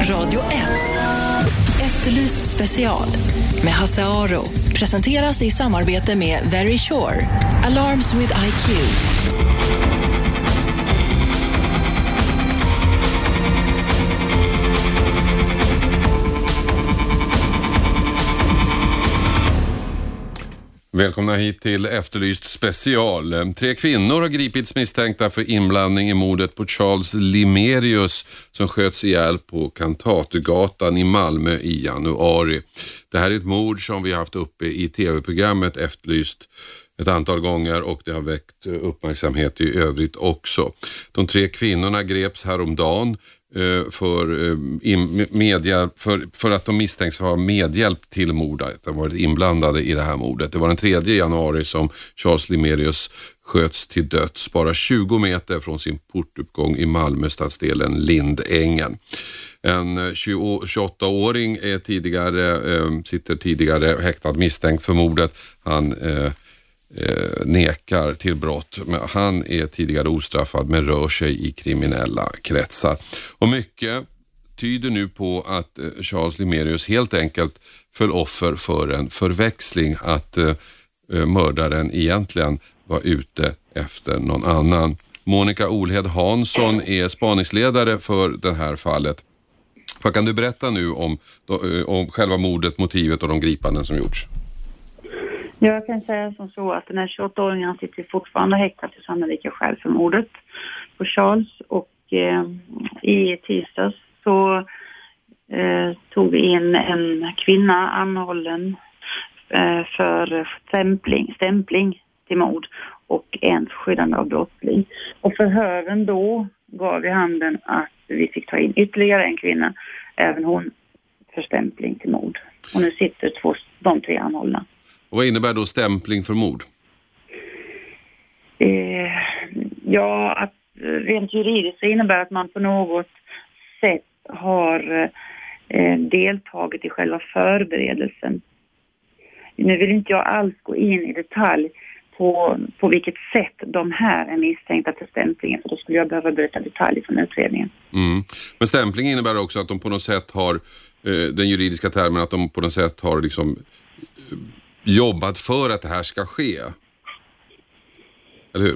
Radio 1. Efterlyst special med Hasse Aro. Presenteras i samarbete med Very Sure. Alarms with IQ. Välkomna hit till Efterlyst special. 3 kvinnor har gripits misstänkta för inblandning i mordet på Charles Limerius som sköts ihjäl på Kantategatan i Malmö i januari. Det här är ett mord som vi har haft uppe i tv-programmet Efterlyst ett antal gånger och det har väckt uppmärksamhet i övrigt också. De 3 kvinnorna greps häromdagen för att de misstänks ha medhjälp till mordet. De har varit inblandade i det här mordet. Det var den 3 januari som Charles Limerius sköts till döds bara 20 meter från sin portuppgång i Malmö stadsdelen Lindängen. En 28-åring sitter tidigare häktad misstänkt för mordet. Han nekar till brott. Men han är tidigare ostraffad men rör sig i kriminella kretsar. Och mycket tyder nu på att Charles Limerius helt enkelt föll offer för en förväxling. Att mördaren egentligen var ute efter någon annan. Monica Olhed Hansson är spaningsledare för det här fallet. Vad kan du berätta nu om själva mordet, motivet och de gripanden som gjorts? Jag kan säga som så att den här 28-åringen sitter fortfarande häktad till sannolika skäl för mordet på Charles. Och i tisdags så tog vi in en kvinna anhållen för stämpling till mord och en skyddande av brottsling. Och förhören då gav i handen att vi fick ta in ytterligare en kvinna, även hon för stämpling till mord. Och nu sitter de 3 anhållna. Och vad innebär då stämpling för mord? Att rent juridiskt så innebär att man på något sätt har deltagit i själva förberedelsen. Nu vill inte jag alls gå in i detalj på vilket sätt de här är misstänkta till stämplingen, för då skulle jag behöva berätta detaljer från utredningen. Mm. Men stämpling innebär också att de på något sätt har den juridiska termen, att de på något sätt har liksom jobbat för att det här ska ske. Eller hur?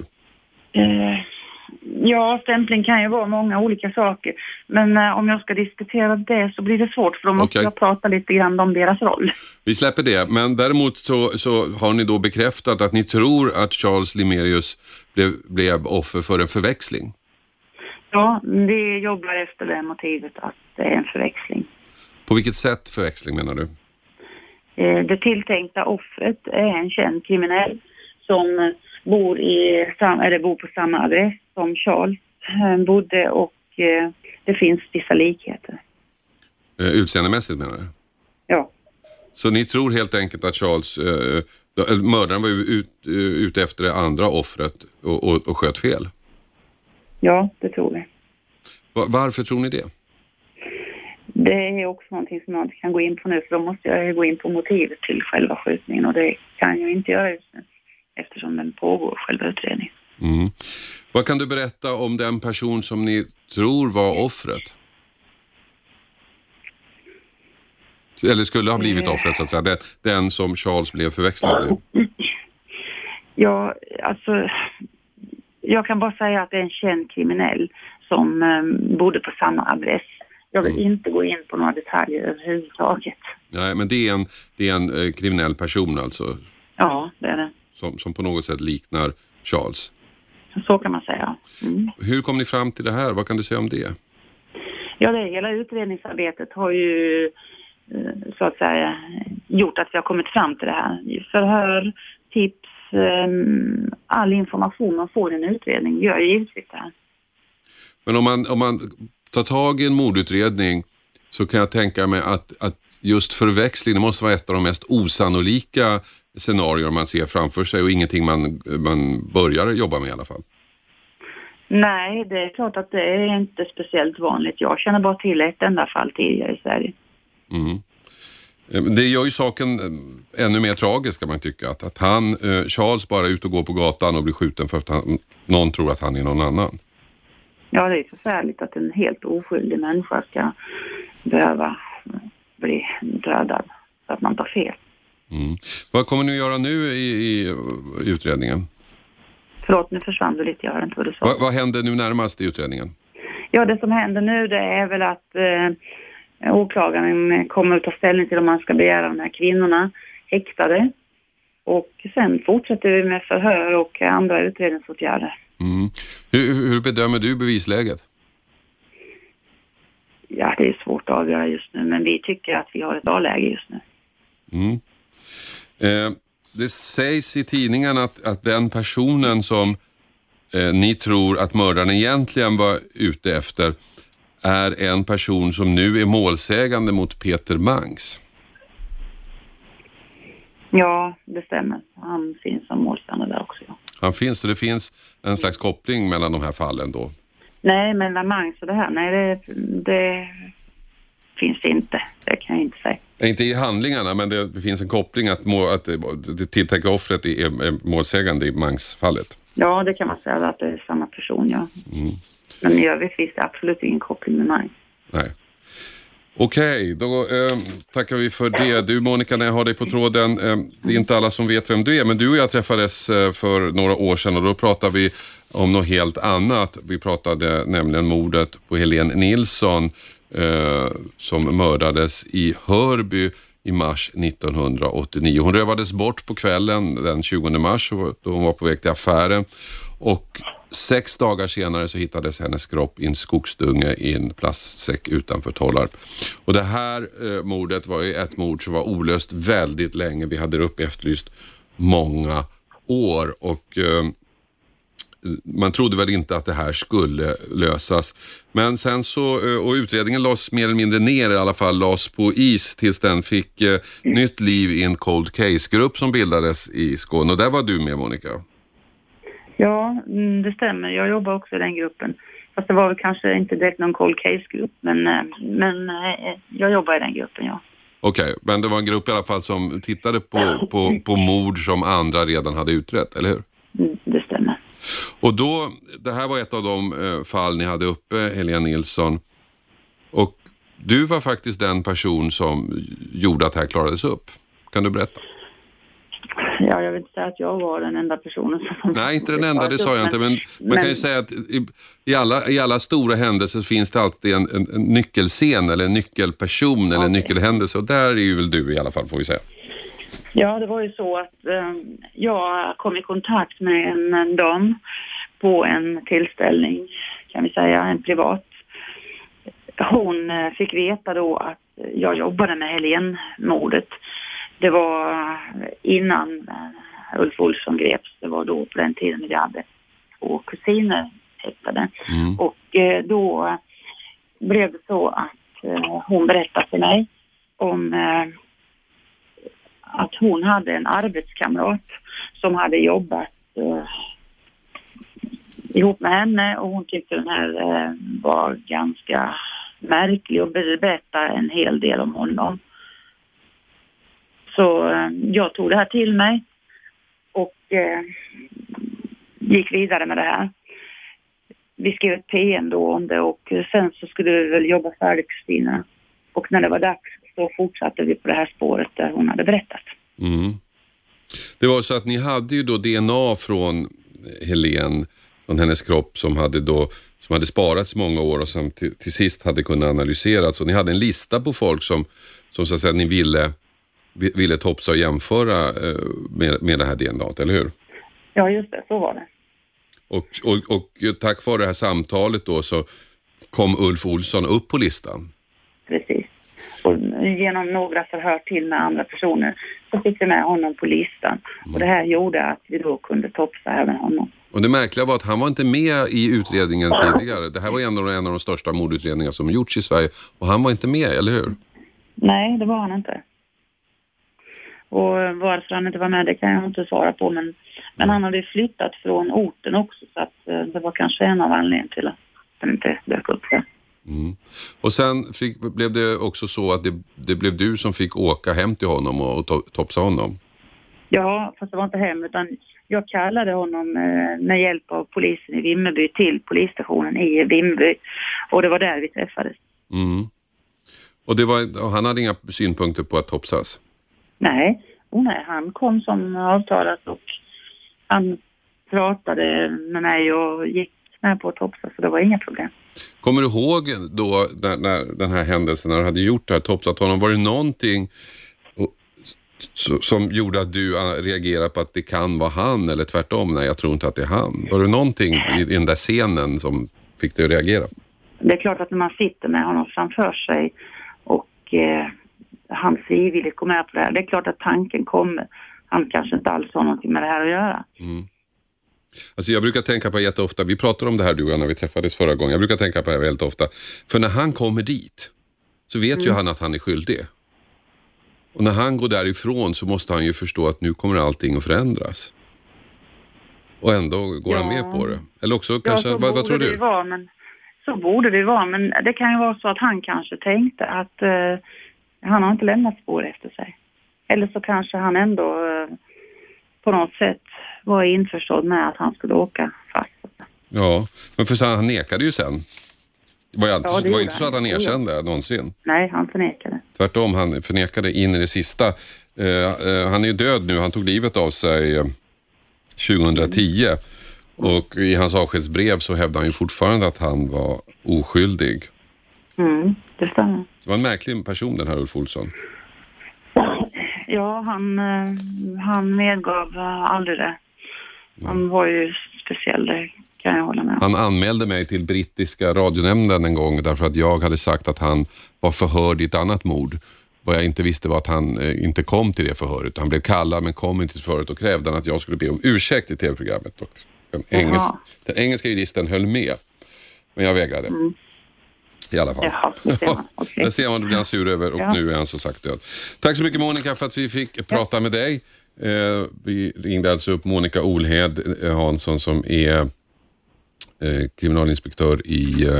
Ja, stämpling kan ju vara många olika saker. Men om jag ska diskutera det så blir det svårt, för då måste jag prata lite grann om deras roll. Vi släpper det, men däremot så har ni då bekräftat att ni tror att Charles Limerius blev offer för en förväxling. Ja, vi jobbar efter det motivet att det är en förväxling. På vilket sätt förväxling menar du? Det tilltänkta offret är en känd kriminell som bor på samma adress som Charles bodde, och det finns vissa likheter. Utseendemässigt menar du? Ja. Så ni tror helt enkelt att Charles, mördaren var ute efter det andra offret och sköt fel? Ja, det tror vi. Varför tror ni det? Det är också någonting som jag inte kan gå in på nu, för då måste jag gå in på motivet till själva skjutningen, och det kan jag inte göra just nu eftersom den pågår, själva utredningen. Mm. Vad kan du berätta om den person som ni tror var offret? Eller skulle ha blivit offret så att säga, den som Charles blev förväxlad med? Ja, alltså jag kan bara säga att det är en känd kriminell som bodde på samma adress. Jag vill inte gå in på några detaljer överhuvudtaget. Nej, men det är en kriminell person alltså? Ja, det är det. Som på något sätt liknar Charles? Så kan man säga. Mm. Hur kom ni fram till det här? Vad kan du säga om det? Ja, det hela utredningsarbetet har ju så att säga gjort att vi har kommit fram till det här. Förhör, tips, all information man får i en utredning gör givetvis det här. Men om man tar tag i en mordutredning så kan jag tänka mig att just förväxling, det måste vara ett av de mest osannolika scenarier man ser framför sig och ingenting man börjar jobba med i alla fall. Nej, det är klart att det är inte speciellt vanligt. Jag känner bara till ett enda fall tidigare i Sverige. Mm. Det gör ju saken ännu mer tragisk, kan man tycka. Att Charles bara är ute och går på gatan och blir skjuten för att någon tror att han är någon annan. Ja, det är förfärligt att en helt oskyldig människa ska behöva bli dödad så att man tar fel. Vad kommer ni att göra nu i utredningen? Förlåt, nu försvann du lite, jag hörde inte vad du sa. Vad händer nu närmast i utredningen? Ja, det som händer nu det är väl att åklagaren kommer att ta ställning till om man ska begära de här kvinnorna häktade. Och sen fortsätter vi med förhör och andra utredningsåtgärder. Hur bedömer du bevisläget? Ja, det är svårt att avgöra just nu, men vi tycker att vi har ett bra läge just nu. Det sägs i tidningen att den personen som ni tror att mördaren egentligen var ute efter är en person som nu är målsägande mot Peter Mangs. Ja, det stämmer. Han finns som målsägande där också. Ja. Han finns, så det finns en slags koppling mellan de här fallen då? Nej, men Mangs och det här, nej det finns inte. Det kan jag inte säga. Inte i handlingarna, men det finns en koppling att det tilltänkta offret är målsägande i Mangs-fallet. Ja, det kan man säga att det är samma person, ja. Men i övrigt finns det absolut ingen koppling med Mangs. Nej. Okej, då tackar vi för det. Du Monica, när jag har dig på tråden, det är inte alla som vet vem du är, men du och jag träffades för några år sedan och då pratade vi om något helt annat. Vi pratade nämligen mordet på Helene Nilsson som mördades i Hörby i mars 1989. Hon rövades bort på kvällen den 20 mars då hon var på väg till affären och 6 dagar senare så hittades hennes kropp i en skogsdunge i en plastsäck utanför Tollarp. Och det här mordet var ju ett mord som var olöst väldigt länge. Vi hade upp efterlyst många år och man trodde väl inte att det här skulle lösas. Men sen så, och utredningen lades mer eller mindre ner, i alla fall lades på is tills den fick nytt liv i en cold case-grupp som bildades i Skåne. Och där var du med, Monica. Ja, det stämmer. Jag jobbar också i den gruppen. Fast det var väl kanske inte direkt någon cold case-grupp, men jag jobbar i den gruppen, ja. Okej, men det var en grupp i alla fall som tittade på mord som andra redan hade utrett, eller hur? Det stämmer. Och då, det här var ett av de fall ni hade uppe, Helene Nilsson. Och du var faktiskt den person som gjorde att det här klarades upp. Kan du berätta? Ja, jag vill inte säga att jag var den enda personen som... Nej, inte den enda, det sa jag inte. Men man kan ju säga att i alla stora händelser finns det alltid en nyckelscen eller en nyckelperson eller en nyckelhändelse. Och där är ju väl du i alla fall, får vi säga. Ja, det var ju så att jag kom i kontakt med en dam på en tillställning, kan vi säga, en privat. Hon fick veta då att jag jobbade med Helene-mordet. Det var innan Ulf Olsson greps. Det var då på den tiden vi hade 2 kusiner häktade. Och då blev det så att hon berättade för mig om att hon hade en arbetskamrat som hade jobbat ihop med henne och hon tyckte den här var ganska märklig och berättade en hel del om honom. Så jag tog det här till mig och gick vidare med det här. Vi skrev ett PM då om det och sen så skulle vi väl jobba färdigt, Kristina. Och när det var dags så fortsatte vi på det här spåret där hon hade berättat. Det var så att ni hade ju då DNA från Helene, från hennes kropp som hade sparats många år och som till sist hade kunnat analyseras. Och ni hade en lista på folk som så att säga ni ville topsa och jämföra med det här DNA:t, eller hur? Ja, just det, så var det. Och tack vare det här samtalet då så kom Ulf Olsson upp på listan. Precis. Och genom några förhör till med andra personer så fick vi med honom på listan. Och det här gjorde att vi då kunde topsa även honom. Och det märkliga var att han var inte med i utredningen tidigare. Det här var en av de största mordutredningar som gjorts i Sverige. Och han var inte med, eller hur? Nej, det var han inte. Och varför han inte var med, det kan jag inte svara på. Men han hade flyttat från orten också, så att det var kanske en av anledningarna till att han inte dök upp där. Och sen blev det också så att det blev du som fick åka hem till honom och topsa honom? Ja, fast det var inte hem utan jag kallade honom med hjälp av polisen i Vimmerby till polisstationen i Vimmerby. Och det var där vi träffades. Och han hade inga synpunkter på att topsas? Nej, han kom som avtalat och han pratade med mig och gick med på att topsa, så det var inga problem. Kommer du ihåg då när den här händelsen, när du hade gjort det här, topsat honom, var det någonting som gjorde att du reagerade på att det kan vara han, eller tvärtom, nej jag tror inte att det är han? Var det någonting i den där scenen som fick dig att reagera? Det är klart att när man sitter med honom framför sig och han frivilligt går med på det här, det är klart att tanken kommer. Han kanske inte alls har någonting med det här att göra. Alltså jag brukar tänka på jätteofta, vi pratade om det här du och jag när vi träffades förra gången, jag brukar tänka på det här väldigt ofta, för när han kommer dit så vet ju han att han är skyldig. Och när han går därifrån så måste han ju förstå att nu kommer allting att förändras. Och ändå går han med på det. Eller också kanske, vad tror du? Så borde det vara, men det kan ju vara så att han kanske tänkte att han har inte lämnat spår efter sig. Eller så kanske han ändå på något sätt var införstådd med att han skulle åka fast. Ja, men för han nekade ju sen. Det var inte så att han erkände någonsin. Nej, han förnekade. Tvärtom, han förnekade in i det sista. Han är ju död nu, han tog livet av sig 2010. Och i hans avskedsbrev så hävdade han ju fortfarande att han var oskyldig. Det stämmer. Det var en märklig person, den här Ulf Olsson. Ja, han medgav aldrig det. Han var ju speciell, det kan jag hålla med. Han anmälde mig till brittiska radionämnden en gång därför att jag hade sagt att han var förhörd i ett annat mord. Vad jag inte visste var att han inte kom till det förhöret. Han blev kallad men kom inte till förhöret och krävde att jag skulle be om ursäkt i tv-programmet. Och den engelska juristen höll med. Men jag vägrade. I alla fall. Jaha, okay. Det ser man, det blir han sur över och nu är han som sagt död. Tack så mycket Monica för att vi fick prata med dig. Vi ringde alltså upp Monica Olhed Hansson som är kriminalinspektör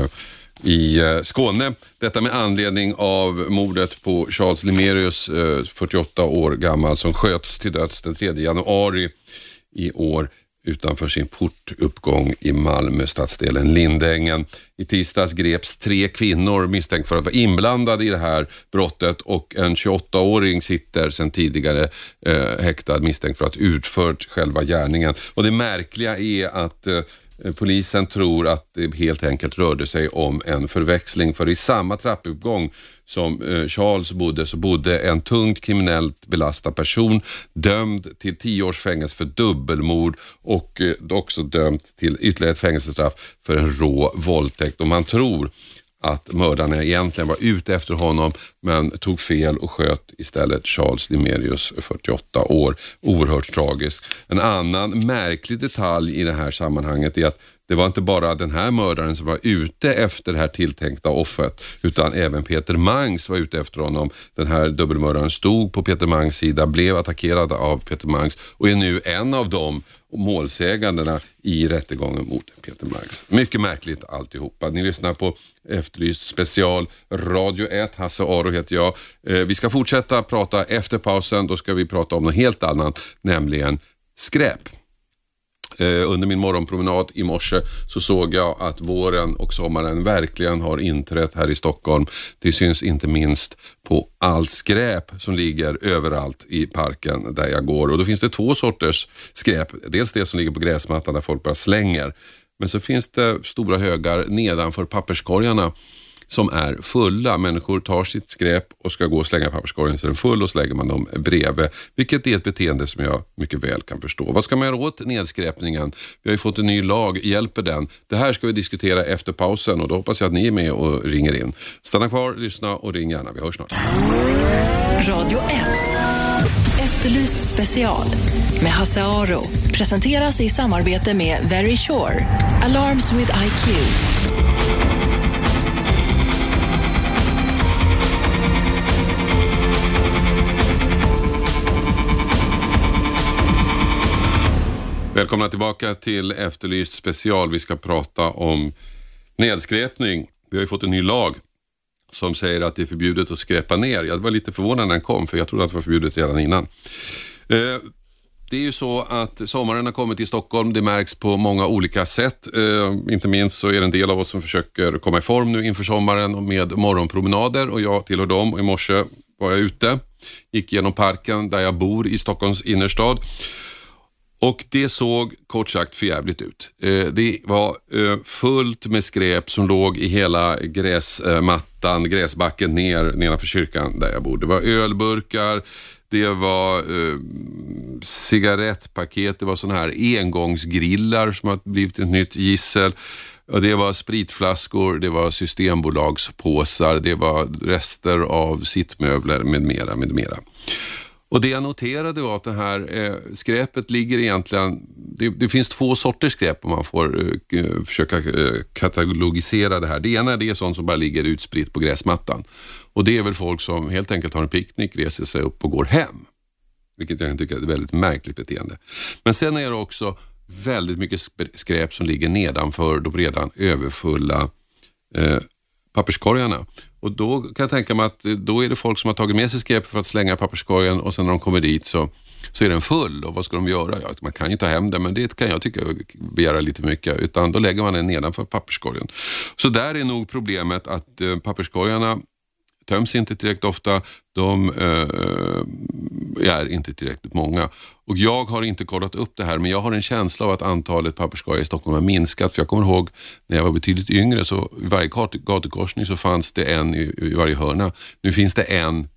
i Skåne. Detta med anledning av mordet på Charles Limerius, 48 år gammal, som sköts till döds den 3 januari i år utanför sin portuppgång i Malmö stadsdelen Lindängen. I tisdags greps 3 kvinnor misstänkt för att vara inblandade i det här brottet och en 28-åring sitter sedan tidigare häktad misstänkt för att utfört själva gärningen. Och det märkliga är att polisen tror att det helt enkelt rörde sig om en förväxling, för i samma trappuppgång som Charles bodde så bodde en tungt kriminellt belastad person dömd till 10 års fängelse för dubbelmord och också dömt till ytterligare ett fängelsestraff för en rå våldtäkt. Och man tror att mördarna egentligen var ute efter honom men tog fel och sköt istället Charles Limerius, 48 år. Oerhört tragiskt. En annan märklig detalj i det här sammanhanget är att det var inte bara den här mördaren som var ute efter det här tilltänkta offret, utan även Peter Mangs var ute efter honom. Den här dubbelmördaren stod på Peter Mangs sida, blev attackerad av Peter Mangs och är nu en av de målsägandena i rättegången mot Peter Mangs. Mycket märkligt alltihopa. Ni lyssnar på Efterlyst special Radio 1. Hasse Aro heter jag. Vi ska fortsätta prata efter pausen. Då ska vi prata om något helt annat, nämligen skräp. Under min morgonpromenad i morse så såg jag att våren och sommaren verkligen har inträtt här i Stockholm. Det syns inte minst på allt skräp som ligger överallt i parken där jag går. Och då finns det 2 sorters skräp. Dels det som ligger på gräsmattan där folk bara slänger. Men så finns det stora högar nedanför papperskorgarna som är fulla. Människor tar sitt skräp och ska gå och slänga papperskorgen så den är full och så lägger man dem bredvid. Vilket är ett beteende som jag mycket väl kan förstå. Vad ska man göra åt nedskräpningen? Vi har ju fått en ny lag. Hjälper den? Det här ska vi diskutera efter pausen och då hoppas jag att ni är med och ringer in. Stanna kvar, lyssna och ring gärna. Vi hörs snart. Radio 1. Efterlyst special med Hasse Aro. Presenteras i samarbete med Very Sure. Alarms with IQ. Välkomna tillbaka till Efterlyst special. Vi ska prata om nedskräpning. Vi har ju fått en ny lag som säger att det är förbjudet att skräpa ner. Jag var lite förvånad när den kom för jag trodde att det var förbjudet redan innan. Det är ju så att sommaren har kommit till Stockholm. Det märks på många olika sätt. Inte minst så är det en del av oss som försöker komma i form nu inför sommaren med morgonpromenader. Och jag tillhör dem. Och i morse var jag ute. Gick genom parken där jag bor i Stockholms innerstad. Och det såg kort sagt förjävligt ut. Det var fullt med skräp som låg i hela gräsbacken nedanför kyrkan där jag bor. Det var ölburkar, det var cigarettpaket, det var såna här engångsgrillar som har blivit ett nytt gissel. Och det var spritflaskor, det var systembolagspåsar, det var rester av sittmöbler med mera. Och det jag noterade var att det här skräpet ligger egentligen, det finns två sorters skräp om man får försöka katalogisera det här. Det ena är det sånt som bara ligger utspritt på gräsmattan. Och det är väl folk som helt enkelt har en picknick, reser sig upp och går hem. Vilket jag kan tycka är ett väldigt märkligt beteende. Men sen är det också väldigt mycket skräp som ligger nedanför de redan överfulla papperskorgarna. Och då kan jag tänka mig att då är det folk som har tagit med sig skräp för att slänga papperskorgen och sen när de kommer dit så är den full. Och vad ska de göra? Ja, man kan ju ta hem den, men det kan jag tycka begära lite mycket. Utan då lägger man den nedanför papperskorgen. Så där är nog problemet att papperskorgarna töms inte tillräckligt ofta. De är inte tillräckligt många. Och jag har inte kollat upp det här, men jag har en känsla av att antalet papperskorgar i Stockholm har minskat. För jag kommer ihåg när jag var betydligt yngre så i varje gatukorsning så fanns det en i varje hörna. Nu finns det en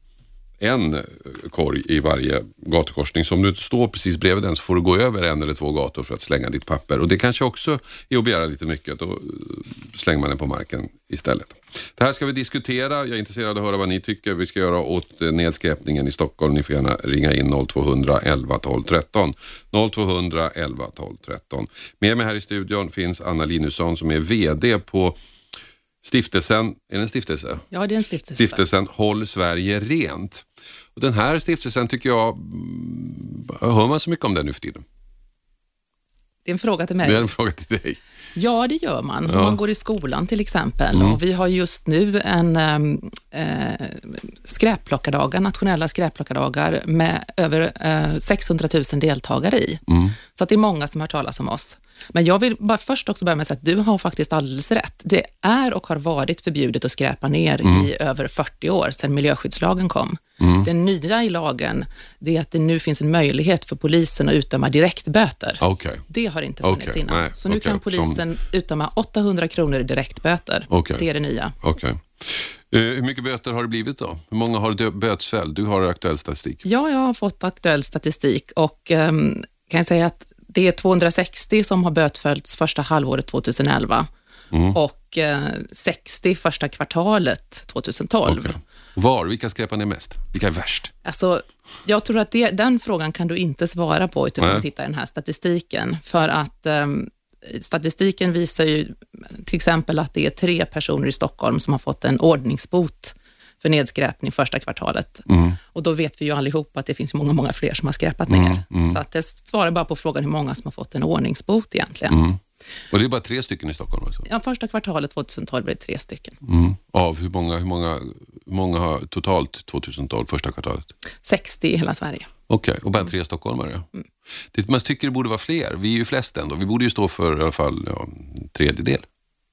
korg i varje gatukorsning. Så om du står precis bredvid den så får du gå över en eller två gator för att slänga ditt papper. Och det kanske också är att begära lite mycket. Då slänger man den på marken istället. Det här ska vi diskutera. Jag är intresserad av att höra vad ni tycker vi ska göra åt nedskräpningen i Stockholm. Ni får gärna ringa in 0200 11 12 13. 0200 11 12 13. Med mig här i studion finns Anna Linusson som är vd på stiftelsen, är det en stiftelse? Ja, det är en stiftelse. Stiftelsen Håll Sverige Rent. Och den här stiftelsen tycker jag, hör man så mycket om den nu för tiden? Det är en fråga till mig. Det är en fråga till dig. Ja, det gör man. Om man går i skolan till exempel. Och vi har just nu en skräpplockardagar, nationella skräpplockardagar med över 600 000 deltagare i. Så att det är många som har talat om oss. Men jag vill bara först också börja med att säga att du har faktiskt alldeles rätt. Det är och har varit förbjudet att skräpa ner i över 40 år sedan miljöskyddslagen kom. Den nya i lagen det är att det nu finns en möjlighet för polisen att utdöma direktböter. Okay. Det har inte funnits innan. Nej. Så nu kan polisen utdöma 800 kronor i direktböter. Det är det nya. Hur mycket böter har det blivit då? Hur många har du bötsfälld? Du har aktuell statistik. Ja, jag har fått aktuell statistik och kan jag säga att det är 260 som har bötfällts första halvåret 2011 och 60 första kvartalet 2012. Vilka skräpar ni mest? Vilka är värst? Alltså, jag tror att den frågan kan du inte svara på utifrån att titta i den här statistiken. För att statistiken visar ju till exempel att det är 3 personer i Stockholm som har fått en ordningsbot för nedskräpning första kvartalet. Och då vet vi ju allihop att det finns många fler som har skräpat ner. Så att det svarar bara på frågan hur många som har fått en ordningsbot egentligen. Och det är bara 3 stycken i Stockholm alltså? Ja, första kvartalet 2012 blev det 3 stycken. Av hur många har totalt 2012 första kvartalet? 60 i hela Sverige. Okej, och bara 3 stockholmare. Man tycker det borde vara fler. Vi är ju flest ändå. Vi borde ju stå för i alla fall en tredjedel.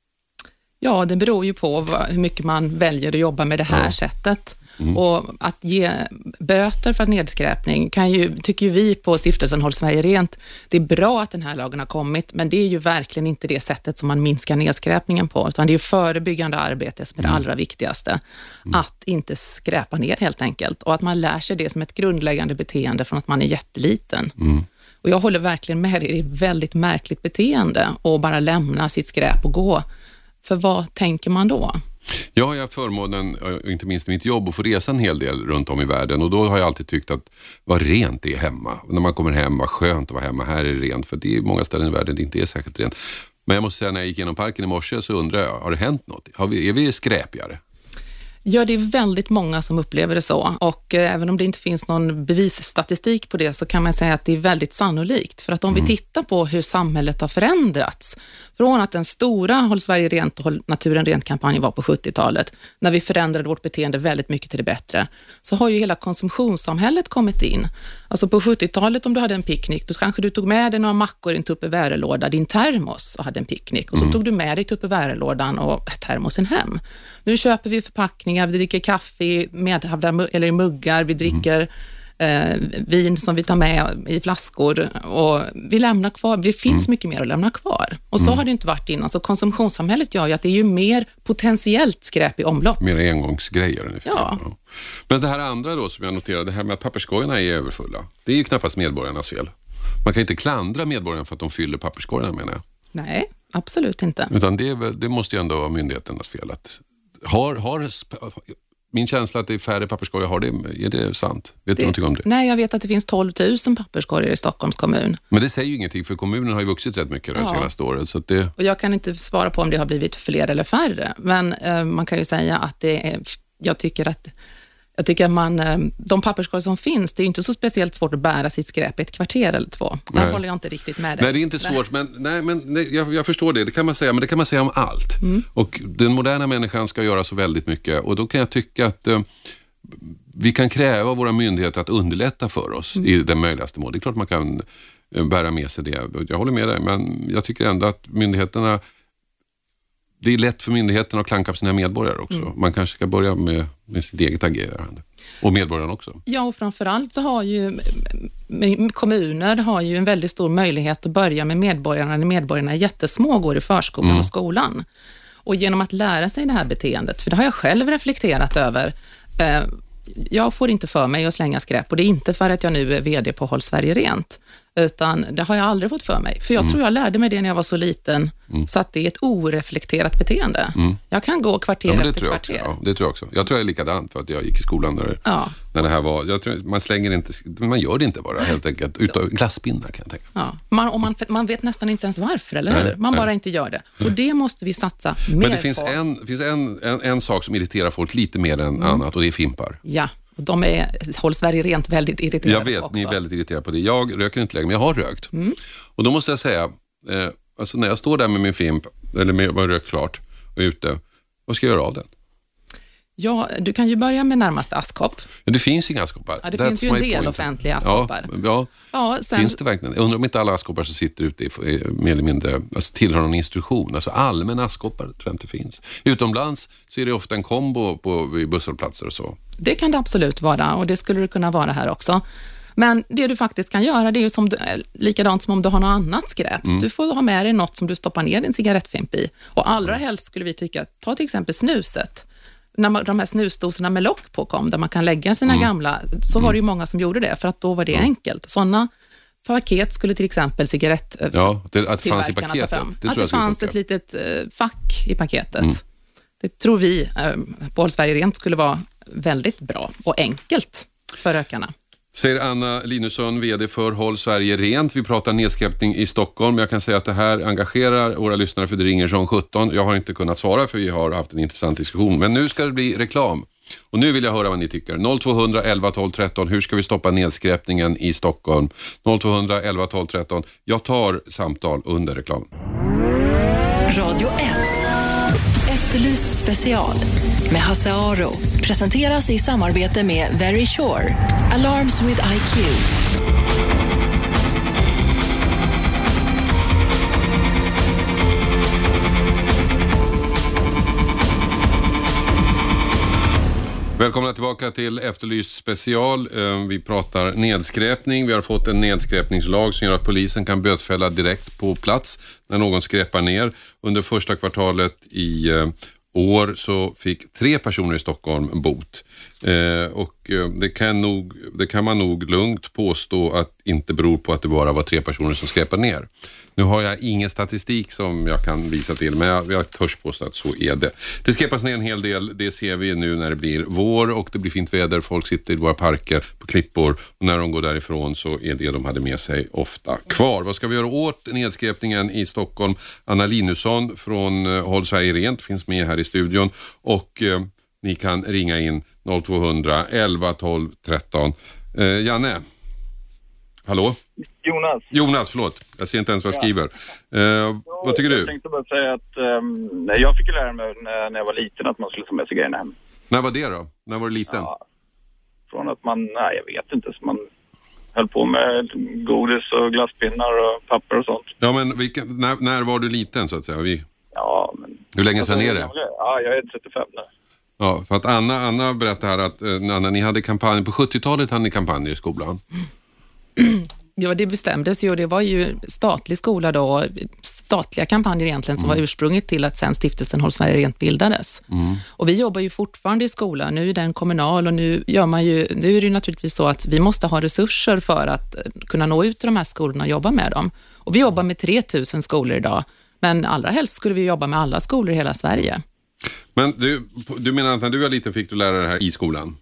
Ja, det beror ju på hur mycket man väljer att jobba med det här sättet. Och att ge böter för nedskräpning tycker ju vi på Stiftelsen Håll Sverige Rent, det är bra att den här lagen har kommit, men det är ju verkligen inte det sättet som man minskar nedskräpningen på, utan det är ju förebyggande arbete som är det allra viktigaste. Att inte skräpa ner helt enkelt, och att man lär sig det som ett grundläggande beteende från att man är jätteliten. Och jag håller verkligen med, det är ett väldigt märkligt beteende att bara lämna sitt skräp och gå. För vad tänker man då? Jag har haft förmånen, inte minst i mitt jobb, att få resa en hel del runt om i världen. Och då har jag alltid tyckt att vad rent det är hemma. När man kommer hem, vad skönt att vara hemma. Här är det rent, för det är många ställen i världen det inte är särskilt rent. Men jag måste säga, när jag gick genom parken i morse så undrar jag, har det hänt något? Är vi skräpigare? Ja, det är väldigt många som upplever det så, och även om det inte finns någon bevisstatistik på det så kan man säga att det är väldigt sannolikt. För att om vi tittar på hur samhället har förändrats från att den stora Håll Sverige rent och Håll naturen rent-kampanjen var på 70-talet, när vi förändrade vårt beteende väldigt mycket till det bättre, så har ju hela konsumtionssamhället kommit in. Alltså på 70-talet, om du hade en picknick, då kanske du tog med dig några mackor i en tupperware-låda, din termos, och hade en picknick, och så tog du med dig tupperware-lådan och termosen hem. Nu köper vi förpackningar, vi dricker kaffe eller i muggar, vi dricker vin som vi tar med i flaskor, och vi lämnar kvar, det finns mycket mer att lämna kvar. Och så har det inte varit innan. Så konsumtionssamhället gör ju att det är ju mer potentiellt skräp i omlopp. Mer engångsgrejer ungefär. Ja. Men det här andra då som jag noterade, det här med att papperskorgarna är överfulla, det är ju knappast medborgarnas fel. Man kan inte klandra medborgarna för att de fyller papperskorgarna, menar jag. Nej, absolut inte. Utan det måste ju ändå vara myndigheternas fel. Att min känsla att det är färre papperskorgar, är det sant? Vet du någonting om det? Nej, jag vet att det finns 12 000 papperskorgar i Stockholms kommun. Men det säger ju ingenting, för kommunen har ju vuxit rätt mycket det senaste året. Så att och jag kan inte svara på om det har blivit fler eller färre. Men man kan ju säga att jag tycker att de papperskorgar som finns, det är inte så speciellt svårt att bära sitt skräp i ett kvarter eller två. Där håller jag inte riktigt med dig. Nej, det är inte svårt, men jag förstår det. Det kan man säga, men det kan man säga om allt. Och den moderna människan ska göra så väldigt mycket. Och då kan jag tycka att vi kan kräva våra myndigheter att underlätta för oss i den möjligaste mån. Det är klart man kan bära med sig det. Jag håller med dig, men jag tycker ändå att myndigheterna, det är lätt för myndigheterna att klanka på sina medborgare också. Man kanske ska börja med sitt eget agerande. Och medborgarna också. Ja, och framförallt så har ju kommuner en väldigt stor möjlighet att börja med medborgarna när medborgarna är jättesmå och går i förskolan och skolan. Och genom att lära sig det här beteendet, för det har jag själv reflekterat över. Jag får inte för mig att slänga skräp, och det är inte för att jag nu är vd på Håll Sverige rent, utan det har jag aldrig fått för mig. För jag tror jag lärde mig det när jag var så liten, så att det är ett oreflekterat beteende. Jag kan gå kvarter efter kvarter. Ja, det tror jag också. Jag tror jag är likadant, för att jag gick i skolan när det här var. Jag tror, man slänger inte, man gör det inte bara helt enkelt, utav glasspinnar kan jag tänka. Ja. Man vet nästan inte ens varför, eller hur? Man bara inte gör det. Och det måste vi satsa mer på. Men det finns en sak som irriterar folk lite mer än annat, och det är fimpar. Ja. De Håll Sverige rent väldigt irriterade. Jag vet, ni är väldigt irriterade på det. Jag röker inte längre, men jag har rökt. Och då måste jag säga, alltså när jag står där med min fimp, eller med rökt klart och ute, vad ska jag göra av den? Ja, du kan ju börja med närmaste askkopp. Ja, det finns inga askkoppar. Ja, det finns ju en del offentliga askkoppar. Sen finns det verkligen. Jag undrar om inte alla askkoppar som sitter ute är mer eller mindre, alltså, tillhör någon instruktion. Alltså allmänna askkoppar tror jag inte finns. Utomlands så är det ofta en kombo vid busshållplatser och så. Det kan det absolut vara, och det skulle det kunna vara här också. Men det du faktiskt kan göra, det är ju likadant som om du har något annat skräp. Du får ha med dig något som du stoppar ner din cigarettfimp i. Och allra helst skulle vi tycka, ta till exempel snuset. När de här snusdoserna med lock på kom, där man kan lägga sina gamla, så var det ju många som gjorde det, för att då var det enkelt. Sådana paket skulle till exempel att det fanns i paketet. Att det fanns ett litet fack i paketet. Det tror vi på Håll Sverige rent skulle vara väldigt bra och enkelt för rökarna. Säger Anna Linusson, vd för Håll Sverige rent. Vi pratar nedskräpning i Stockholm. Jag kan säga att det här engagerar våra lyssnare, för det ringer som 17. Jag har inte kunnat svara för vi har haft en intressant diskussion. Men nu ska det bli reklam. Och nu vill jag höra vad ni tycker. 0200 11 12 13. Hur ska vi stoppa nedskräpningen i Stockholm? 0200 11 12 13. Jag tar samtal under reklam. Radio 1. Efterlyst special med Hasse Aro presenteras i samarbete med Very Sure. Alarms with IQ. Välkomna tillbaka till Efterlyst special. Vi pratar nedskräpning. Vi har fått en nedskräpningslag som gör att polisen kan bötfälla direkt på plats när någon skräpar ner. Under första kvartalet i år så fick 3 personer i Stockholm bot. Och det kan man nog lugnt påstå att inte beror på att det bara var 3 personer som skräpar ner. Nu har jag ingen statistik som jag kan visa till, men jag törs påstå att så är det. Det skräpas ner en hel del, det ser vi nu när det blir vår och det blir fint väder. Folk sitter i våra parker på klippor och när de går därifrån så är det de hade med sig ofta kvar. Vad ska vi göra åt nedskräpningen i Stockholm? Anna Linusson från Håll Sverige rent finns med här i studion och Ni kan ringa in 0200 11 12 13. Janne? Hallå? Jonas, förlåt. Jag ser inte ens vad jag skriver. Vad tycker du? Jag tänkte bara säga att jag fick lära mig när jag var liten att man skulle ta med sig grejerna hem. När var det då? När var du liten? Ja, från att jag vet inte. Så man höll på med godis och glasspinnar och papper och sånt. Ja, men när var du liten så att säga? Ja, men... Hur länge sedan är det? Ja, jag är 35 nu. Ja, för att Anna berättade här att när ni hade kampanjer, på 70-talet hade ni kampanjer i skolan. Ja, det bestämdes ju och det var ju statlig skola då, statliga kampanjer egentligen som var ursprunget till att sen stiftelsen Håll Sverige Rent bildades. Och vi jobbar ju fortfarande i skolan, nu är den kommunal och nu är det ju naturligtvis så att vi måste ha resurser för att kunna nå ut till de här skolorna och jobba med dem. Och vi jobbar med 3000 skolor idag, men allra helst skulle vi jobba med alla skolor i hela Sverige. Men du menar att när du var liten fick du lära det här i skolan?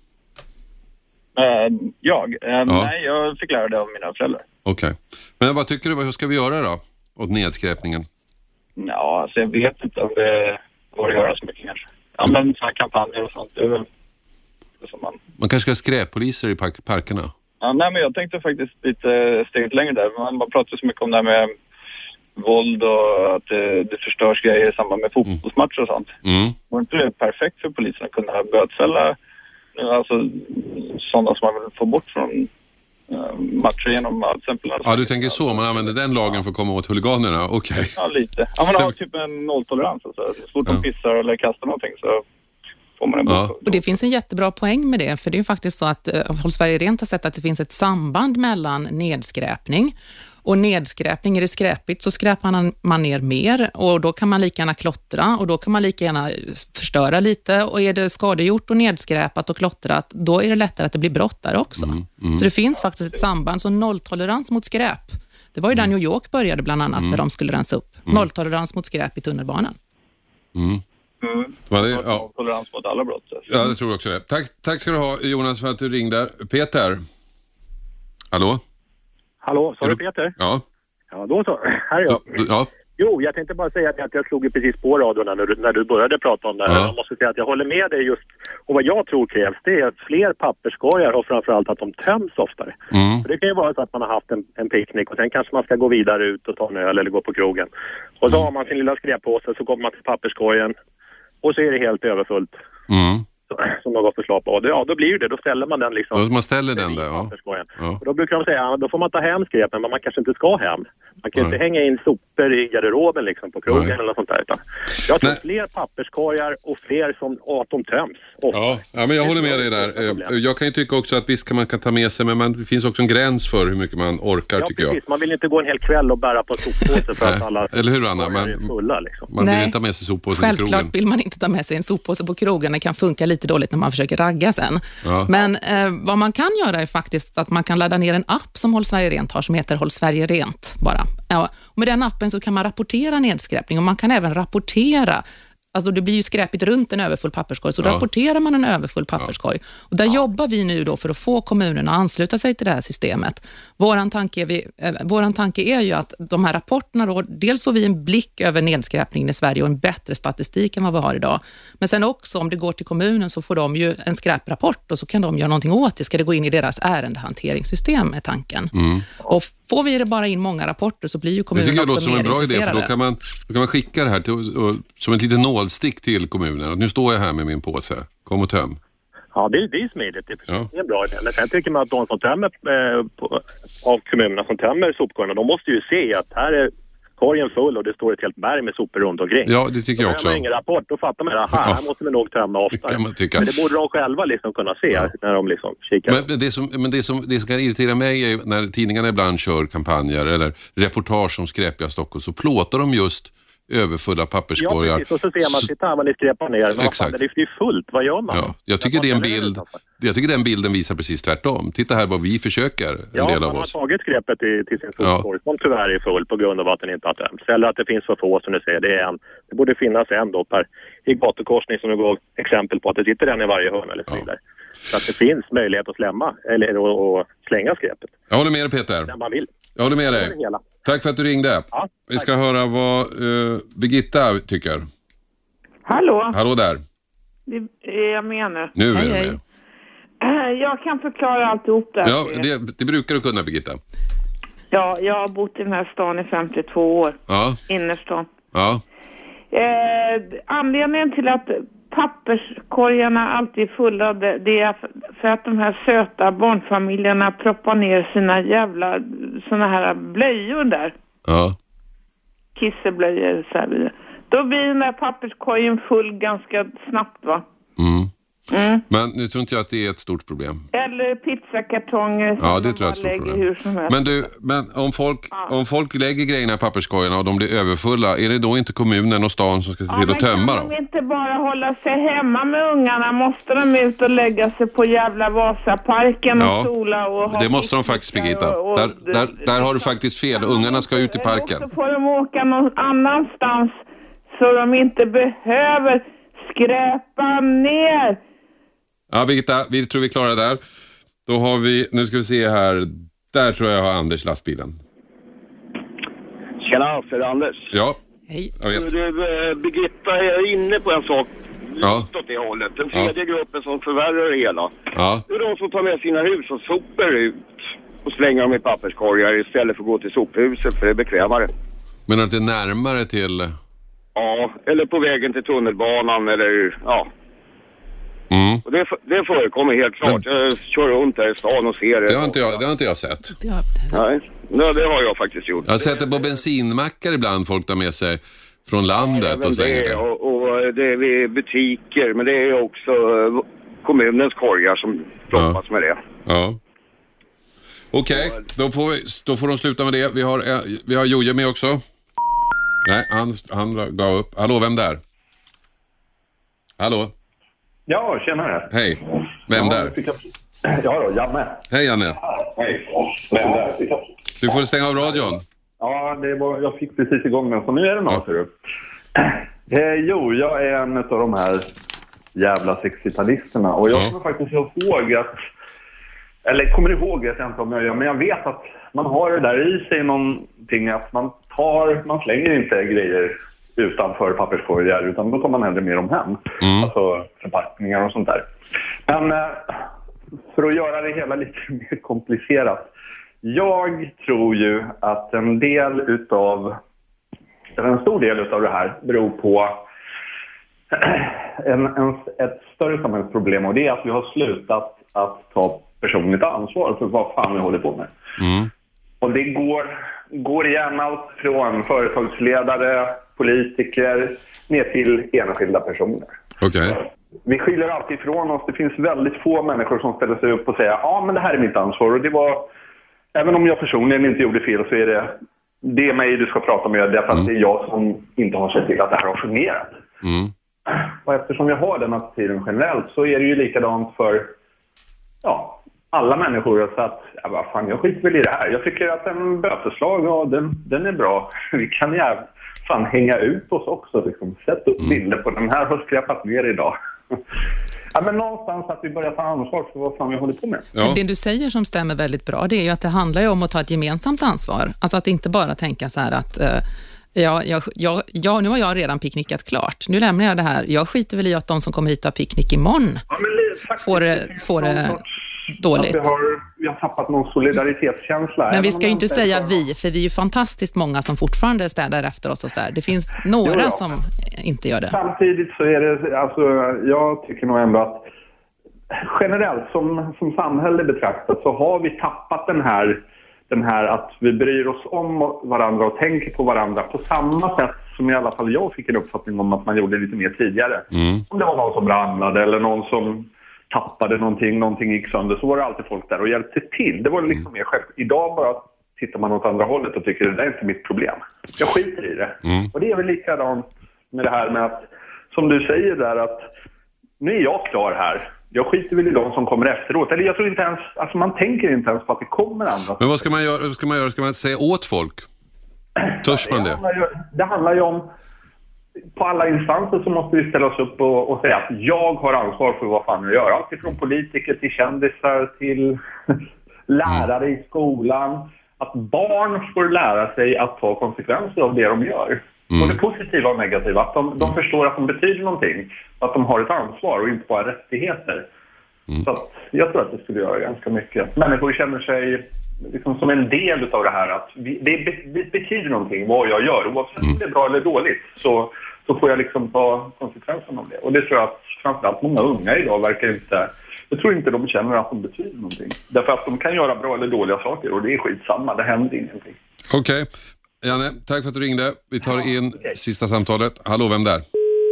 Nej, jag fick lära det av mina föräldrar. Okej. Men vad tycker du, vad ska vi göra då åt nedskräpningen? Ja, alltså jag vet inte om det går att göra så mycket kanske. Ja, men sådana kampanjer och sånt, det är väl som man kanske ska ha skräppoliser i parkerna? Ja, nej, men jag tänkte faktiskt lite steget längre där. Man pratar så mycket om det här med våld och att det förstörs grejer i samband med fotbollsmatcher och sånt. Var inte det perfekt för polisen att kunna bötfälla alltså sådana som man vill få bort från matcher genom till exempel. Ja, du tänker så. Man använder den lagen för att komma åt huliganerna. Okej. Ja, lite. Ja, man har typ en nolltolerans. Alltså. Så fort de pissar eller kastar någonting så får man en bort. Och det finns en jättebra poäng med det. För det är ju faktiskt så att Håll Sverige Rent har sett att det finns ett samband mellan nedskräpning och nedskräpning. Är det skräpigt så skräpar man ner mer och då kan man lika gärna klottra och då kan man lika gärna förstöra lite och är det skadegjort och nedskräpat och klottrat då är det lättare att det blir brott där också. Så det finns faktiskt ett samband, så nolltolerans mot skräp. Det var ju där New York började bland annat där de skulle rensa upp. Nolltolerans mot skräp i tunnelbanan. Nolltolerans mot alla brott. Ja, det tror jag också det. Tack ska du ha Jonas för att du ringde. Peter? Hallå? Hallå, sa du Peter? Ja. Ja, då så. Här är jag. Ja. Jo, jag tänkte bara säga att jag slog ju precis på radion när du började prata om det här. Jag måste säga att jag håller med dig just. Och vad jag tror krävs det är fler papperskorgar och framförallt att de töms oftare. För det kan ju vara så att man har haft en picknick och sen kanske man ska gå vidare ut och ta en öl eller gå på krogen. Och så har man sin lilla skräppåse så kommer man till papperskorgen och så är det helt överfullt. Som någon förslag på. Ja, då blir det. Då ställer man den liksom. Då man ställer den där, ja. Och då brukar de säga, då får man ta hem skräpen, men man kanske inte ska hem. Man kan inte hänga in sopor i garderoben liksom på krogen eller något sånt där. Utan jag tror fler papperskorgar och fler som att de töms. Ja, men jag håller med dig där. Jag kan ju tycka också att visst kan man ta med sig, men det finns också en gräns för hur mycket man orkar, tycker jag. Man vill inte gå en hel kväll och bära på en soppåse för att alla eller hur, Anna? är fulla liksom. Man vill inte ta med sig soppåsen i krogen. Självklart vill man inte ta med sig en soppåse på krogen. Det kan funka lite dåligt när man försöker ragga sen. Men vad man kan göra är faktiskt att man kan ladda ner en app som Håll Sverige Rent har som heter Håll Sverige Rent bara. Ja, och med den appen så kan man rapportera nedskräpning och man kan även rapportera. Alltså det blir ju skräpigt runt en överfull papperskorg, så rapporterar man en överfull papperskorg. Och där jobbar vi nu då för att få kommunerna att ansluta sig till det här systemet. Våran tanke är ju att de här rapporterna då, dels får vi en blick över nedskräpningen i Sverige och en bättre statistik än vad vi har idag. Men sen också om det går till kommunen så får de ju en skräprapport och så kan de göra någonting åt det. Ska det gå in i deras ärendehanteringssystem är tanken. Och får vi det bara in många rapporter så blir ju kommunen också mer intresserade. Det tycker jag låter som en bra idé, för då kan man skicka det här som ett litet nålstick till kommunen. Och nu står jag här med min påse. Kom och töm. Ja, det är smidigt. Det är en bra idé. Men sen tycker man att de som tömmer av kommunerna som tömmer sopkorgarna, de måste ju se att här är korgen full och det står ett helt berg med sopor runt omkring. Ja, det tycker jag också. När man ingen rapport, då fattar man att här måste vi nog tömma oftare. Kan man tycka. Men det borde de själva liksom kunna se när de liksom kikar. Men det som kan irritera mig är när tidningarna ibland kör kampanjer eller reportage om skräpiga Stockholm, så plåtar de just överfulla papperskorgar. Ja, precis. Och så ser man, titta här vad ni skräpar ner. Exakt. Det är fullt, vad gör man? Ja, jag tycker den bilden visar precis tvärtom. Titta här vad vi försöker, en del av oss. Ja, man har tagit skräpet till sin fotkorg som tyvärr är full på grund av att den inte har tömts. Eller att det finns för få, som du säger. Det borde finnas en då i gatukorsning som du går exempel på att det sitter en i varje hörn eller så vidare. Så att det finns möjlighet att slämma eller att slänga skräpet. Jag håller med dig, Peter. När man vill. Jag håller med dig. Tack för att du ringde. Ja, vi ska höra vad Birgitta tycker. Hallå. Hallå där. Det är jag med nu. Nu är du med. Jag kan förklara alltihop där. Ja, det brukar du kunna, Birgitta. Ja, jag har bott i den här stan i 52 år. Ja. Innerstan. Ja. Anledningen till att papperskorgarna alltid är fulla, det är för att de här söta barnfamiljerna proppar ner sina jävla såna här blöjor där. Ja. Kisseblöjor så här. Då blir den där papperskorgen full ganska snabbt, va? Men nu tror inte jag att det är ett stort problem. Eller pizzakartonger. Ja, det tror jag är ett stort problem. Men om folk lägger grejerna i papperskorgarna och de blir överfulla, är det då inte kommunen och stan som ska se till att tömma dem? Kan de inte bara hålla sig hemma med ungarna? Måste de ut och lägga sig på jävla Vasaparken och sola och ha... Det måste de faktiskt, Birgitta. Där har du faktiskt fel. Ungarna ska ut i parken. Så får de åka någon annanstans så de inte behöver skräpa ner. Ja, Birgitta, vi tror vi klarar det där. Då har vi, nu ska vi se här. Där tror jag har Anders lastbilen. Tjena, för Anders. Ja. Hej. Jag vet. Du, Birgitta är inne på en sak. Ja. Åt det hållet. Den tredje gruppen som förvärrar det hela. Ja. Det är de som tar med sina hus och sopar ut och slänger dem i papperskorgar istället för att gå till sophuset, för det är bekvämare. Men att det är närmare till... Ja, eller på vägen till tunnelbanan eller ja. Och det förekommer helt klart. Jag kör runt här i stan och ser det. Det har inte jag sett. Nej, det har jag faktiskt gjort. Jag har sett det på bensinmackar ibland, folk tar med sig från landet och slänger det. Och det är vid butiker, men det är också kommunens korgar som ploppas med det. Ja. Okej, då får de sluta med det. Vi har Joje med också. Nej, han gav upp. Hallå, vem där? Hallå? Ja, tjenare. Hej. Vem där? Ja då, Janne. Hej, Janne. Hej. Vem där? Du får stänga av radion. Ja, jag fick precis igång den, så nu är det något, ser du. Jo, jag är en av de här jävla 60-talisterna. Och jag kommer faktiskt ihåg att... Eller kommer ihåg, vet jag inte om jag gör, men jag vet att man har det där i sig någonting att man slänger inte grejer utanför papperskorgar, utan då tar man hellre med dem hem. Alltså förpackningar och sånt där. Men för att göra det hela lite mer komplicerat. Jag tror ju att en stor del utav det här beror på ett större samhällsproblem, och det är att vi har slutat att ta personligt ansvar för vad fan vi håller på med. Och det går igen allt från företagsledare, politiker, ner till enskilda personer. Okej. Vi skyller alltid ifrån oss. Det finns väldigt få människor som ställer sig upp och säger ja, men det här är mitt ansvar. Och det var, även om jag personligen inte gjorde fel, så är det är mig du ska prata med, därför att det är jag som inte har sett till att det här har fungerat. Och eftersom jag har den attityden generellt, så är det ju likadant för alla människor. Så att, jag skiter väl i det här. Jag tycker att en böteslag, den är bra. Vi kan ju hänga ut oss också. Liksom. Sätt upp bilder på den här har skräpat ner idag. Men någonstans att vi börjar ta ansvar för vad fan vi håller på med. Ja. Det du säger som stämmer väldigt bra, det är ju att det handlar ju om att ta ett gemensamt ansvar. Alltså att inte bara tänka så här att nu har jag redan picknickat klart. Nu lämnar jag det här. Jag skiter väl i att de som kommer hit har picknick imorgon får det dåligt. Vi har tappat någon solidaritetskänsla. Men vi ska ju inte säga vi, för vi är ju fantastiskt många som fortfarande städar efter oss och så här. Det finns några som inte gör det. Samtidigt så är det, alltså, jag tycker nog ändå att generellt som samhälle betraktat så har vi tappat den här att vi bryr oss om varandra och tänker på varandra på samma sätt som i alla fall jag fick en uppfattning om att man gjorde lite mer tidigare. Om det var någon som ramlade eller någon som tappade någonting gick sönder, så var det alltid folk där och hjälpte till. Det var liksom mer själv. Idag bara tittar man åt andra hållet och tycker det är inte mitt problem. Jag skiter i det. Och det är väl likadant med det här med att, som du säger där, att nu är jag klar här. Jag skiter väl i de som kommer efteråt. Eller jag tror inte ens, alltså man tänker inte ens på att det kommer andra. Men vad ska man göra? Ska man säga åt folk? Törs man det? Det handlar ju om, på alla instanser så måste vi ställa oss upp och säga att jag har ansvar för vad fan jag gör. Allt från politiker till kändisar till lärare i skolan. Att barn får lära sig att ta konsekvenser av det de gör. Både positiva och negativa. Att de förstår att de betyder någonting. Att de har ett ansvar och inte bara rättigheter. Så att jag tror att det skulle göra ganska mycket. Människor känner sig liksom som en del av det här. Att det betyder någonting vad jag gör. Oavsett om det är bra eller dåligt så får jag liksom ta konsekvensen av det. Och det tror jag att framförallt många unga idag verkar inte... Jag tror inte de känner att de betyder någonting. Därför att de kan göra bra eller dåliga saker och det är skitsamma. Det händer ingenting. Okej. Janne, tack för att du ringde. Vi tar in sista samtalet. Hallå, vem där?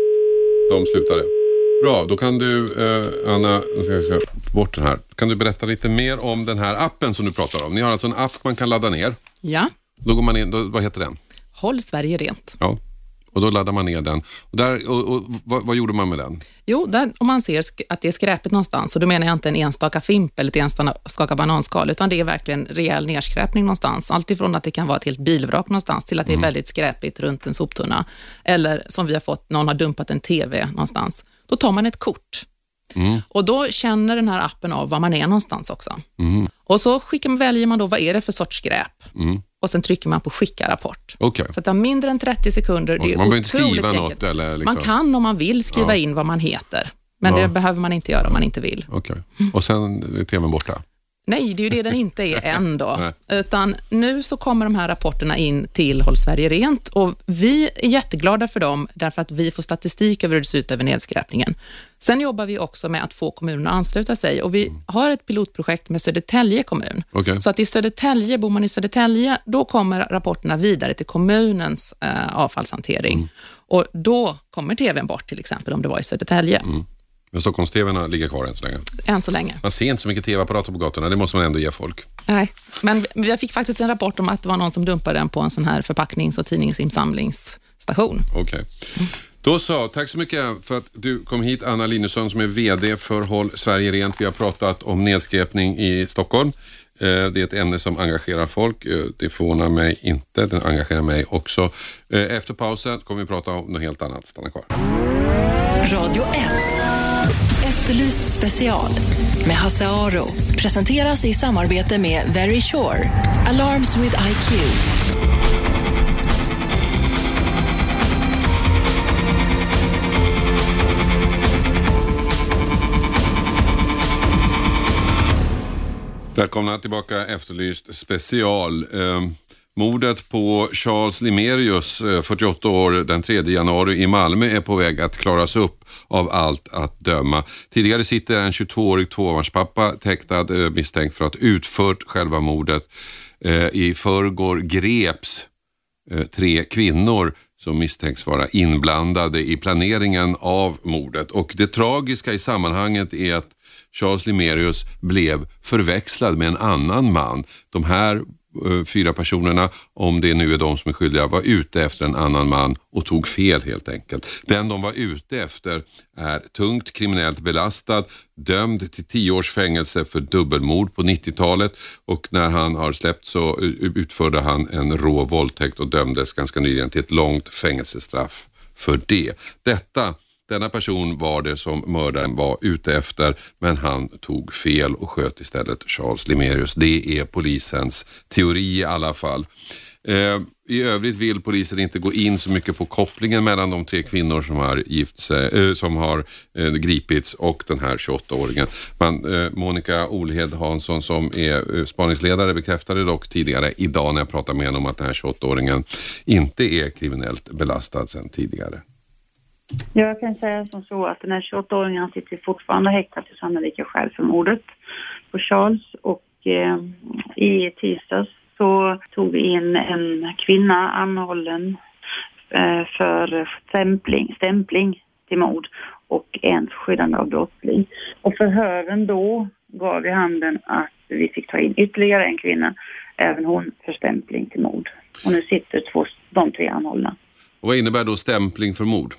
De slutade. Bra, då kan du, Anna, jag ska bort den här. Kan du berätta lite mer om den här appen som du pratar om? Ni har alltså en app man kan ladda ner. Ja. Då går man in, vad heter den? Håll Sverige rent. Ja. Och då laddar man ner den. Och vad gjorde man med den? Jo, om man ser att det är skräpet någonstans, och då menar jag inte en enstaka fimp eller ett enstaka bananskal, utan det är verkligen rejäl nerskräpning någonstans. Allt ifrån att det kan vara ett helt bilvrak någonstans till att det är väldigt skräpigt runt en soptunna. Eller som vi har fått, någon har dumpat en tv någonstans. Då tar man ett kort. Och då känner den här appen av var man är någonstans också. Och så väljer man då, vad är det för sorts skräp? Och sen trycker man på skicka rapport. Okay. Så att det tar mindre än 30 sekunder. Det är man behöver inte skriva enkelt. Något eller liksom. Man kan om man vill skriva in vad man heter. Men det behöver man inte göra om man inte vill. Okay. Och sen är tvn borta? Nej, det är ju det den inte är än då. Utan nu så kommer de här rapporterna in till Håll Sverige Rent. Och vi är jätteglada för dem därför att vi får statistik över hur det ser ut över nedskräpningen. Sen jobbar vi också med att få kommunerna att ansluta sig. Och vi har ett pilotprojekt med Södertälje kommun. Okay. Så att i Södertälje, bor man i Södertälje, då kommer rapporterna vidare till kommunens avfallshantering. Och då kommer tvn bort till exempel om det var i Södertälje. Men Stockholms-tv:na ligger kvar än så länge. Än så länge. Man ser inte så mycket tv-apparater på gatorna, det måste man ändå ge folk. Nej, men jag fick faktiskt en rapport om att det var någon som dumpade den på en sån här förpacknings- och tidningsinsamlingsstation. Okej. Då så, tack så mycket för att du kom hit, Anna Linusson som är vd för Håll Sverige Rent. Vi har pratat om nedskräpning i Stockholm. Det är ett ämne som engagerar folk. Det förvånar mig inte, den engagerar mig också. Efter pausen kommer vi prata om något helt annat. Stanna kvar. Radio 1. Efterlyst special med Hasse Aro. Presenteras i samarbete med Very Sure. Alarms with IQ. Välkomna tillbaka, Efterlyst special. Mordet på Charles Limerius, 48 år, den 3 januari i Malmö är på väg att klaras upp av allt att döma. Tidigare sitter en 22-årig tvåbarnspappa häktad misstänkt för att utfört själva mordet. I förrgår greps 3 kvinnor som misstänks vara inblandade i planeringen av mordet. Och det tragiska i sammanhanget är att Charles Limerius blev förväxlad med en annan man. De här 4 personerna, om det nu är de som är skyldiga, var ute efter en annan man och tog fel helt enkelt. Den de var ute efter är tungt kriminellt belastad, dömd till 10 års fängelse för dubbelmord på 90-talet, och när han har släppt så utförde han en rå våldtäkt och dömdes ganska nyligen till ett långt fängelsestraff för det. Denna person var det som mördaren var ute efter, men han tog fel och sköt istället Charles Limerius. Det är polisens teori i alla fall. I övrigt vill polisen inte gå in så mycket på kopplingen mellan de 3 kvinnor som har som har gripits och den här 28-åringen. Monica Olhed Hansson som är spaningsledare bekräftade dock tidigare idag när jag pratade med henne om att den här 28-åringen inte är kriminellt belastad sedan tidigare. Jag kan säga som så att den här 28-åringen sitter fortfarande häktad till sannolika skäl för mordet på Charles, och i tisdags så tog vi in en kvinna anhållen för stämpling till mord och en skyddande av brottsling. Och förhören då gav i handen att vi fick ta in ytterligare en kvinna, även hon för stämpling till mord. Och nu sitter de 3 anhållna. Och vad innebär då stämpling för mord?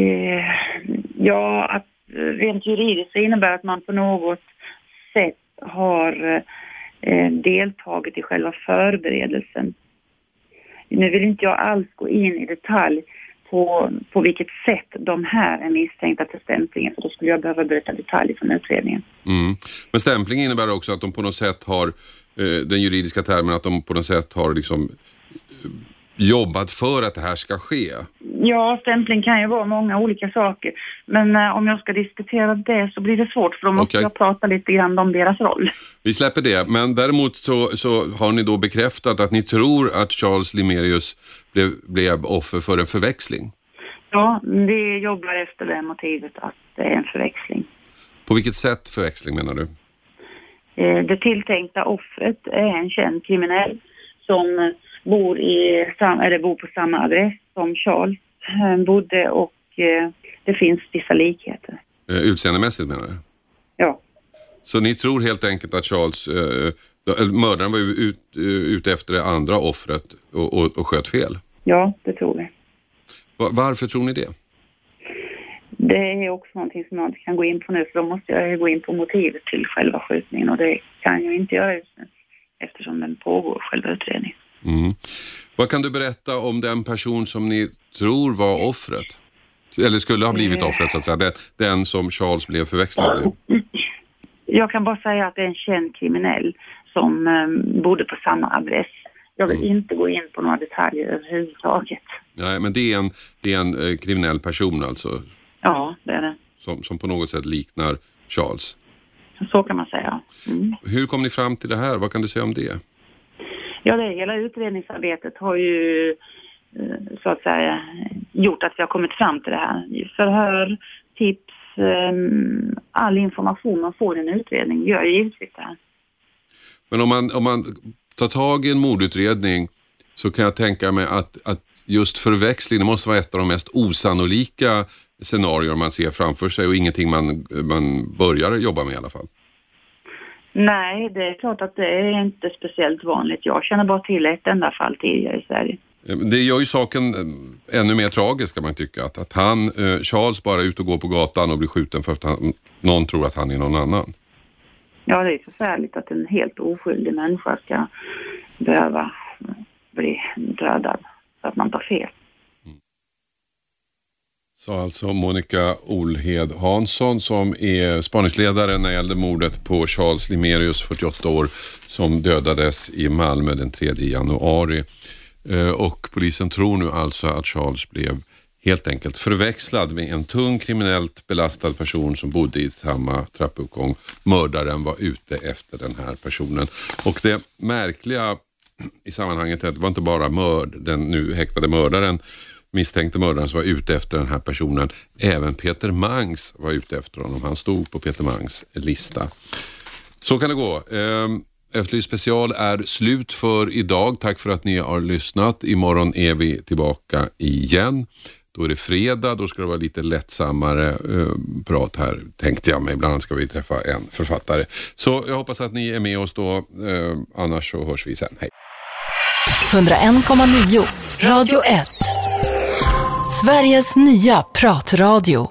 Ja, att rent juridiskt så innebär att man på något sätt har deltagit i själva förberedelsen. Nu vill inte jag alls gå in i detalj på vilket sätt de här är misstänkta för stämplingen, för då skulle jag behöva berätta detaljer från utredningen. Men stämpling innebär också att de på något sätt har den juridiska termen, att de på något sätt har liksom jobbat för att det här ska ske? Ja, stämpling kan ju vara många olika saker. Men om jag ska diskutera det så blir det svårt, för då måste jag prata lite grann om deras roll. Vi släpper det, men däremot så har ni då bekräftat att ni tror att Charles Limerius blev offer för en förväxling. Ja, vi jobbar efter det motivet att det är en förväxling. På vilket sätt förväxling menar du? Det tilltänkta offret är en känd kriminell som bor på samma adress som Charles bodde, och det finns vissa likheter. Utseendemässigt menar du? Ja. Så ni tror helt enkelt att Charles, mördaren var ute efter det andra offret och sköt fel? Ja, det tror vi. Varför tror ni det? Det är också någonting som jag inte kan gå in på nu, för då måste jag gå in på motivet till själva skjutningen, och det kan jag inte göra just nu eftersom den pågår, själva utredningen. Mm. Vad kan du berätta om den person som ni tror var offret? Eller skulle ha blivit offret så att säga, den som Charles blev förväxlad med? Jag kan bara säga att det är en känd kriminell som bodde på samma adress. Jag vill inte gå in på några detaljer överhuvudtaget. Nej, men det är en kriminell person alltså? Ja, det är det. Som på något sätt liknar Charles? Så kan man säga. Mm. Hur kom ni fram till det här? Vad kan du säga om det? Ja, det hela utredningsarbetet har ju så att säga gjort att vi har kommit fram till det här. Förhör, tips, all information man får i en utredning gör givetvis det här. Men om man tar tag i en mordutredning så kan jag tänka mig att just förväxling, det måste vara ett av de mest osannolika scenarier man ser framför sig och ingenting man börjar jobba med i alla fall. Nej, det är klart att det är inte speciellt vanligt. Jag känner bara till ett enda fall tidigare i Sverige. Det gör ju saken ännu mer tragisk, kan man tycka. Att han, Charles, bara är ute och går på gatan och blir skjuten för att någon tror att han är någon annan. Ja, det är förfärligt att en helt oskyldig människa ska behöva bli dödad så att man tar fel. Så alltså Monica Olhed Hansson, som är spaningsledare när det gällde mordet på Charles Limerius, 48 år, som dödades i Malmö den 3 januari. Och polisen tror nu alltså att Charles blev helt enkelt förväxlad med en tung kriminellt belastad person som bodde i samma trappuppgång. Mördaren var ute efter den här personen. Och det märkliga i sammanhanget är att det var inte bara den nu häktade mördaren, misstänkte mördaren, som var ute efter den här personen. Även Peter Mangs var ute efter honom. Han stod på Peter Mangs lista. Så kan det gå. Efterlyst special är slut för idag. Tack för att ni har lyssnat. Imorgon är vi tillbaka igen. Då är det fredag. Då ska det vara lite lättsammare prat här, tänkte jag mig. Bland annat ska vi träffa en författare. Så jag hoppas att ni är med oss då. Annars så hörs vi sen. Hej. 101,9 Radio 1. Sveriges nya pratradio.